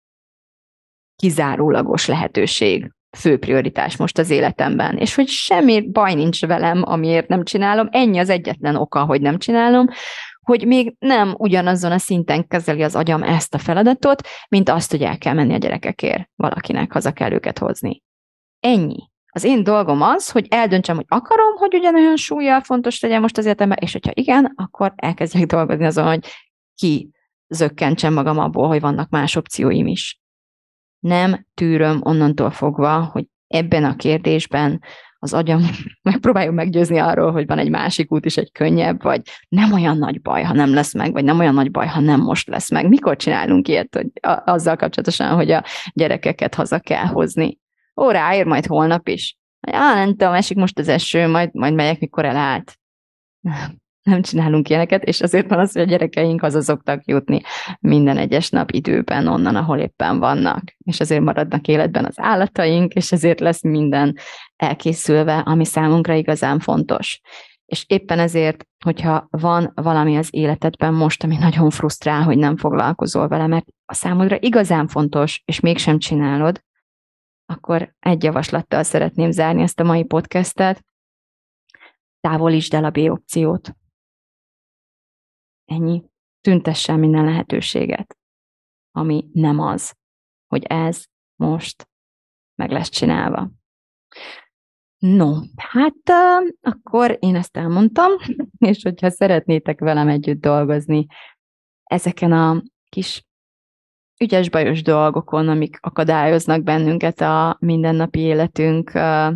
kizárólagos lehetőség, fő prioritás most az életemben, és hogy semmi baj nincs velem, amiért nem csinálom, ennyi az egyetlen oka, hogy nem csinálom, hogy még nem ugyanazon a szinten kezeli az agyam ezt a feladatot, mint azt, hogy el kell menni a gyerekekért, valakinek haza kell őket hozni. Ennyi. Az én dolgom az, hogy eldöntsem, hogy akarom, hogy ugyanolyan súllyal fontos legyen most az életemben, és hogyha igen, akkor elkezdjek dolgozni azon, hogy ki zökkentsem magam abból, hogy vannak más opcióim is. Nem tűröm onnantól fogva, hogy ebben a kérdésben az agyam megpróbáljon meggyőzni arról, hogy van egy másik út is, egy könnyebb, vagy nem olyan nagy baj, ha nem lesz meg, vagy nem olyan nagy baj, ha nem most lesz meg. Mikor csinálunk ilyet, hogy azzal kapcsolatosan, hogy a gyerekeket haza kell hozni? Ó, ráér majd holnap is. Á, nem tudom, esik most az eső, majd, majd megyek, mikor elállt. Nem csinálunk ilyeneket, és azért van az, hogy a gyerekeink haza szoktak jutni minden egyes nap időben onnan, ahol éppen vannak. És azért maradnak életben az állataink, és ezért lesz minden elkészülve, ami számunkra igazán fontos. És éppen ezért, hogyha van valami az életedben most, ami nagyon frusztrál, hogy nem foglalkozol vele, mert a számodra igazán fontos, és mégsem csinálod, akkor egy javaslattal szeretném zárni ezt a mai podcastet. Távolítsd el a B-opciót. Ennyi. Tüntessen minden lehetőséget, ami nem az, hogy ez most meg lesz csinálva. No, hát uh, akkor én ezt elmondtam, és hogyha szeretnétek velem együtt dolgozni ezeken a kis ügyes-bajos dolgokon, amik akadályoznak bennünket a mindennapi életünk uh,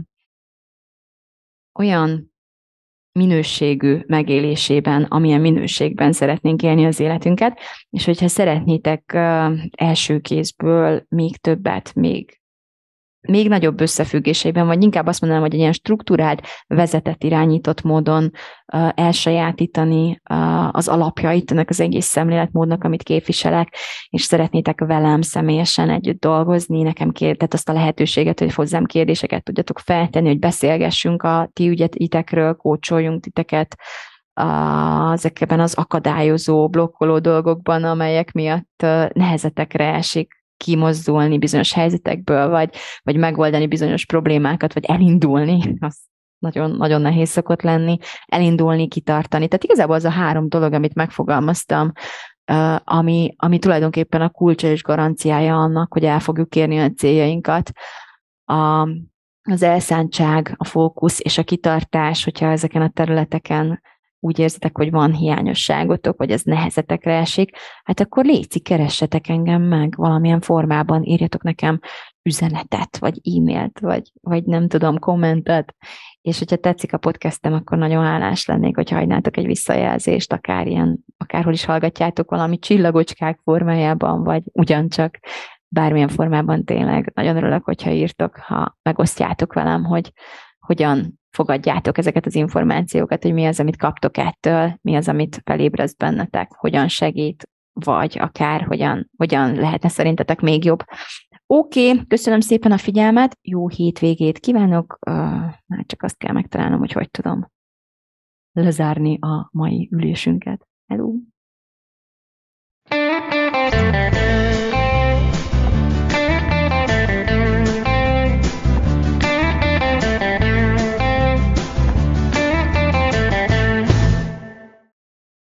olyan minőségű megélésében, amilyen minőségben szeretnénk élni az életünket, és hogyha szeretnétek uh, első kézből még többet, még, még nagyobb összefüggéseiben, vagy inkább azt mondanám, hogy egy ilyen struktúrált, vezetett, irányított módon uh, elsajátítani uh, az alapjait ennek az egész szemléletmódnak, amit képviselek, és szeretnétek velem személyesen együtt dolgozni, nekem kérdett azt a lehetőséget, hogy hozzám kérdéseket tudjatok feltenni, hogy beszélgessünk a ti ügyeitekről, kócsoljunk titeket uh, ezekben az akadályozó, blokkoló dolgokban, amelyek miatt uh, nehezetekre esik kimozdulni bizonyos helyzetekből, vagy, vagy megoldani bizonyos problémákat, vagy elindulni, az nagyon, nagyon nehéz szokott lenni, elindulni, kitartani. Tehát igazából az a három dolog, amit megfogalmaztam, ami, ami tulajdonképpen a kulcsa és garanciája annak, hogy el fogjuk érni a céljainkat. A, az elszántság, a fókusz és a kitartás, hogyha ezeken a területeken úgy érzitek, hogy van hiányosságotok, vagy ez nehezetekre esik, hát akkor létszik, keressetek engem meg valamilyen formában, írjatok nekem üzenetet, vagy e-mailt, vagy, vagy nem tudom, kommentet, és hogyha tetszik a podcastem, akkor nagyon hálás lennék, hogy hagynátok egy visszajelzést, akár ilyen, akárhol is hallgatjátok valami csillagocskák formájában, vagy ugyancsak bármilyen formában tényleg. Nagyon örülök, hogyha írtok, ha megosztjátok velem, hogy hogyan fogadjátok ezeket az információkat, hogy mi az, amit kaptok ettől, mi az, amit felébreszt bennetek, hogyan segít, vagy akár hogyan, hogyan lehetne szerintetek még jobb. Oké, okay, köszönöm szépen a figyelmet, jó hétvégét kívánok, uh, már csak azt kell megtalálnom, hogy hogy tudom lezárni a mai ülésünket. Hello!